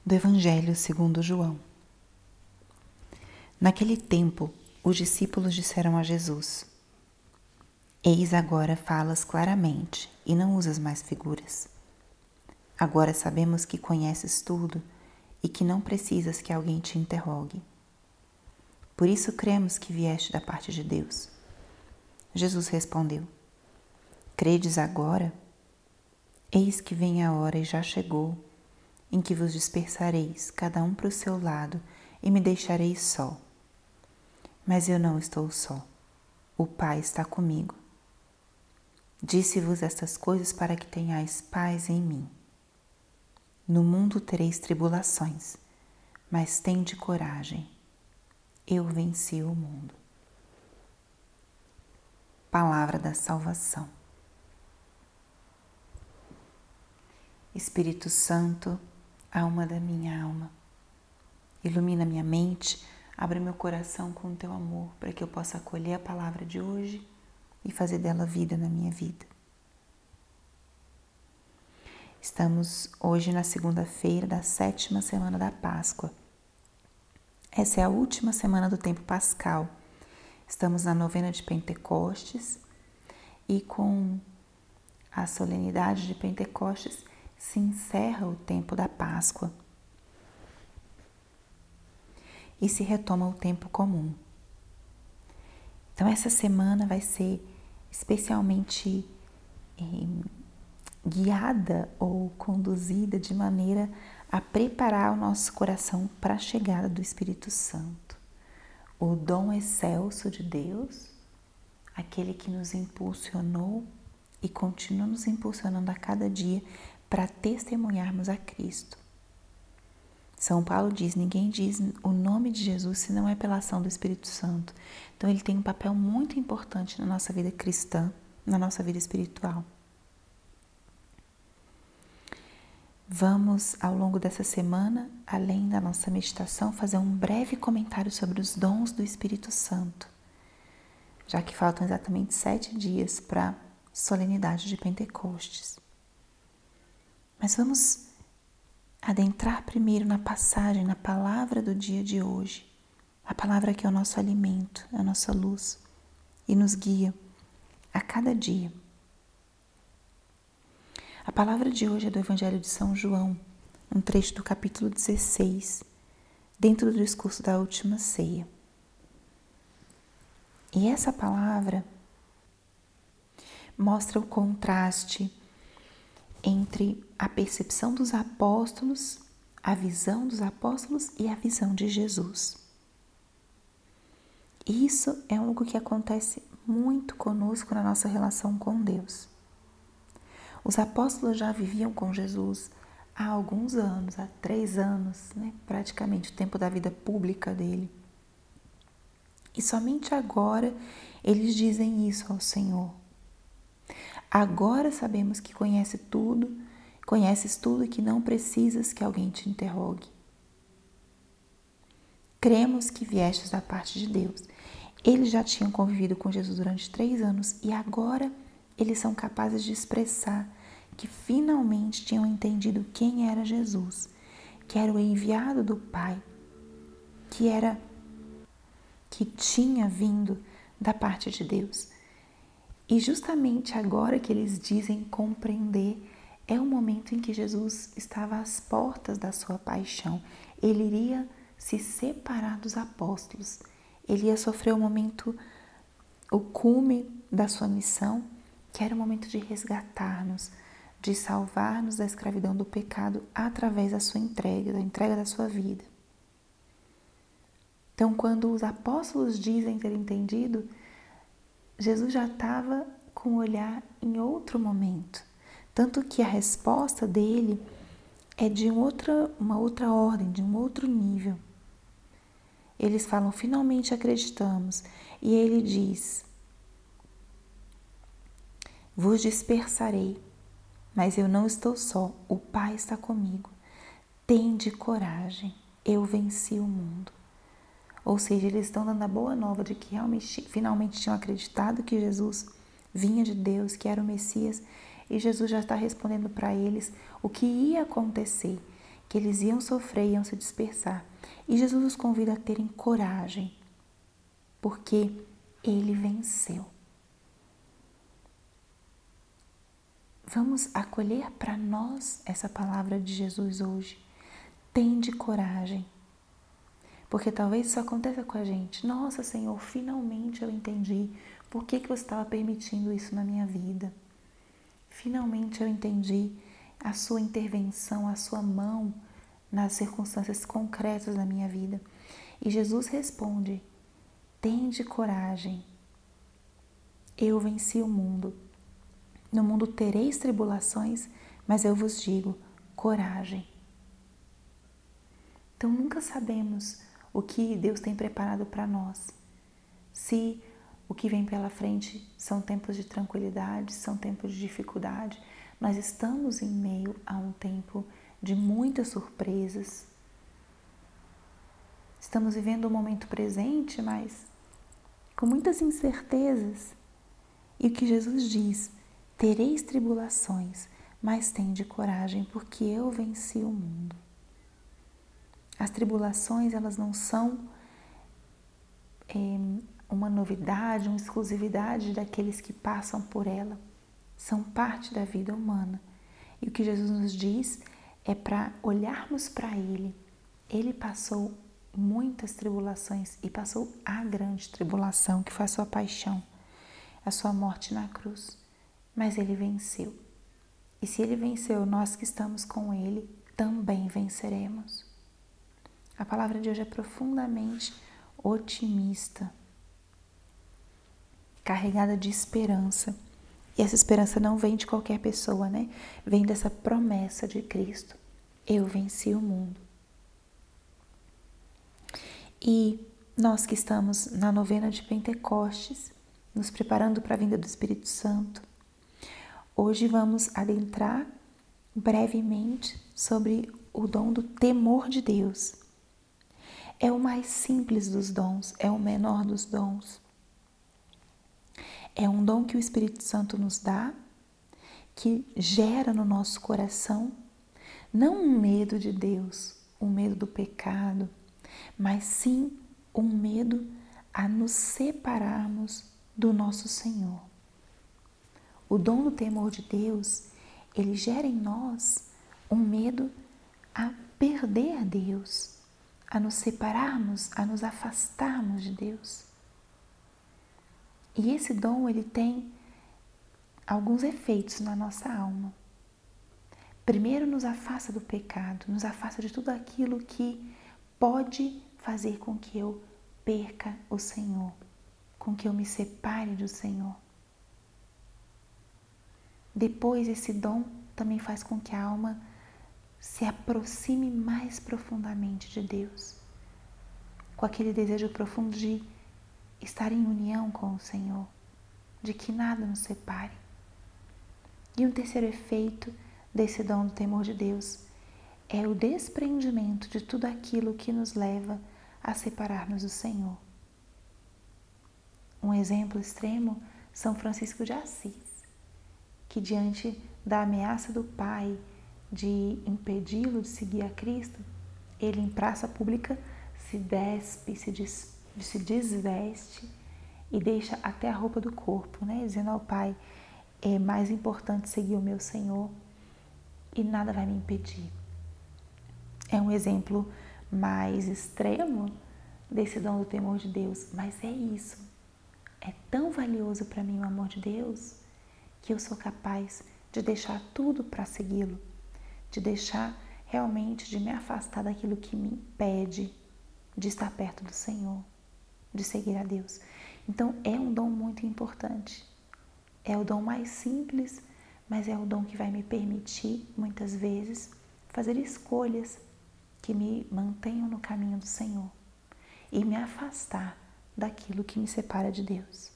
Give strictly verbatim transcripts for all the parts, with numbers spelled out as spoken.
do Evangelho segundo João. Naquele tempo, os discípulos disseram a Jesus: Eis agora falas claramente e não usas mais figuras. Agora sabemos que conheces tudo e que não precisas que alguém te interrogue. Por isso cremos que vieste da parte de Deus. Jesus respondeu: Credes agora? Eis que vem a hora e já chegou, em que vos dispersareis, cada um para o seu lado, e me deixareis só. Mas eu não estou só. O Pai está comigo. Disse-vos estas coisas para que tenhais paz em mim. No mundo tereis tribulações, mas tende coragem. Eu venci o mundo. Palavra da salvação. Espírito Santo, alma da minha alma, ilumina minha mente, abre meu coração com o teu amor para que eu possa acolher a palavra de hoje e fazer dela vida na minha vida. Estamos hoje na segunda-feira da sétima semana da Páscoa. Essa é a última semana do tempo pascal. Estamos na novena de Pentecostes e com a solenidade de Pentecostes se encerra o tempo da Páscoa e se retoma o tempo comum. Então essa semana vai ser especialmente eh, guiada ou conduzida de maneira a preparar o nosso coração para a chegada do Espírito Santo, o dom excelso de Deus, aquele que nos impulsionou e continua nos impulsionando a cada dia para testemunharmos a Cristo. São Paulo diz, ninguém diz o nome de Jesus se não é pela ação do Espírito Santo. Então ele tem um papel muito importante na nossa vida cristã, na nossa vida espiritual. Vamos, ao longo dessa semana, além da nossa meditação, fazer um breve comentário sobre os dons do Espírito Santo, já que faltam exatamente sete dias para a solenidade de Pentecostes. Mas vamos adentrar primeiro na passagem, na palavra do dia de hoje, a palavra que é o nosso alimento, é a nossa luz e nos guia a cada dia. A palavra de hoje é do Evangelho de São João, um trecho do capítulo dezesseis, dentro do discurso da última ceia. E essa palavra mostra o contraste entre a percepção dos apóstolos, a visão dos apóstolos e a visão de Jesus. Isso é algo que acontece muito conosco na nossa relação com Deus. Os apóstolos já viviam com Jesus há alguns anos, há três anos, né? Praticamente o tempo da vida pública dele. E somente agora eles dizem isso ao Senhor. Agora sabemos que conhece tudo, conheces tudo e que não precisas que alguém te interrogue. Cremos que viestes da parte de Deus. Eles já tinham convivido com Jesus durante três anos e agora eles são capazes de expressar que finalmente tinham entendido quem era Jesus, que era o enviado do Pai, que era, que tinha vindo da parte de Deus. E justamente agora que eles dizem compreender, é o momento em que Jesus estava às portas da sua paixão. Ele iria se separar dos apóstolos. Ele ia sofrer o momento, o cume da sua missão, que era o momento de resgatar-nos, de salvar-nos da escravidão do pecado através da sua entrega, da entrega da sua vida. Então, quando os apóstolos dizem ter entendido, Jesus já estava com o olhar em outro momento. Tanto que a resposta dele é de outra, uma outra ordem, de um outro nível. Eles falam, finalmente acreditamos. E ele diz, vos dispersarei, mas eu não estou só, o Pai está comigo. Tende coragem, eu venci o mundo. Ou seja, eles estão dando a boa nova de que realmente, finalmente tinham acreditado que Jesus vinha de Deus, que era o Messias, e Jesus já está respondendo para eles o que ia acontecer, que eles iam sofrer, iam se dispersar. E Jesus os convida a terem coragem, porque ele venceu. Vamos acolher para nós essa palavra de Jesus hoje. Tende coragem. Porque talvez isso aconteça com a gente. Nossa, Senhor, finalmente eu entendi por que, que você estava permitindo isso na minha vida. Finalmente eu entendi a sua intervenção, a sua mão nas circunstâncias concretas da minha vida. E Jesus responde: tende coragem. Eu venci o mundo. No mundo tereis tribulações, mas eu vos digo, coragem. Então nunca sabemos o que Deus tem preparado para nós. Se o que vem pela frente são tempos de tranquilidade, são tempos de dificuldade, nós estamos em meio a um tempo de muitas surpresas. Estamos vivendo o momento presente, mas com muitas incertezas. E o que Jesus diz: tereis tribulações, mas tende coragem, porque eu venci o mundo. As tribulações, elas não são é, uma novidade, uma exclusividade daqueles que passam por ela. São parte da vida humana. E o que Jesus nos diz é para olharmos para Ele. Ele passou muitas tribulações e passou a grande tribulação, que foi a sua paixão, a sua morte na cruz. Mas Ele venceu. E se Ele venceu, nós que estamos com Ele também venceremos. A palavra de hoje é profundamente otimista, carregada de esperança. E essa esperança não vem de qualquer pessoa, né? Vem dessa promessa de Cristo. Eu venci o mundo. E nós que estamos na novena de Pentecostes, nos preparando para a vinda do Espírito Santo, hoje vamos adentrar brevemente sobre o dom do temor de Deus. É o mais simples dos dons, é o menor dos dons. É um dom que o Espírito Santo nos dá, que gera no nosso coração, não um medo de Deus, um medo do pecado, mas sim um medo a nos separarmos do nosso Senhor. O dom do temor de Deus, ele gera em nós um medo a perder Deus, a nos separarmos, a nos afastarmos de Deus. E esse dom, ele tem alguns efeitos na nossa alma. Primeiro, nos afasta do pecado, nos afasta de tudo aquilo que pode fazer com que eu perca o Senhor, com que eu me separe do Senhor. Depois, esse dom também faz com que a alma se aproxime mais profundamente de Deus, com aquele desejo profundo de estar em união com o Senhor, de que nada nos separe. E um terceiro efeito desse dom do temor de Deus é o desprendimento de tudo aquilo que nos leva a separar-nos do Senhor. Um exemplo extremo, São Francisco de Assis, que diante da ameaça do pai de impedi-lo de seguir a Cristo, ele em praça pública se despe, se, des, se desveste e deixa até a roupa do corpo, né? Dizendo ao pai: é mais importante seguir o meu Senhor e nada vai me impedir. É um exemplo mais extremo desse dom do temor de Deus, mas é isso. É tão valioso para mim o amor de Deus que eu sou capaz de deixar tudo para segui-lo, de deixar realmente de me afastar daquilo que me impede de estar perto do Senhor, de seguir a Deus. Então é um dom muito importante. É o dom mais simples, mas é o dom que vai me permitir, muitas vezes, fazer escolhas que me mantenham no caminho do Senhor e me afastar daquilo que me separa de Deus.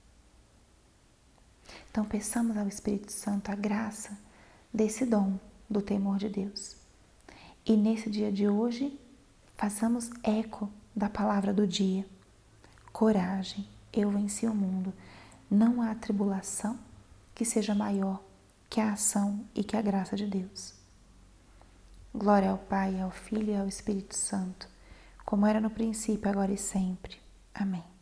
Então, peçamos ao Espírito Santo a graça desse dom do temor de Deus. E nesse dia de hoje, façamos eco da palavra do dia. Coragem, eu venci o mundo. Não há tribulação que seja maior que a ação e que a graça de Deus. Glória ao Pai, ao Filho e ao Espírito Santo, como era no princípio, agora e sempre. Amém.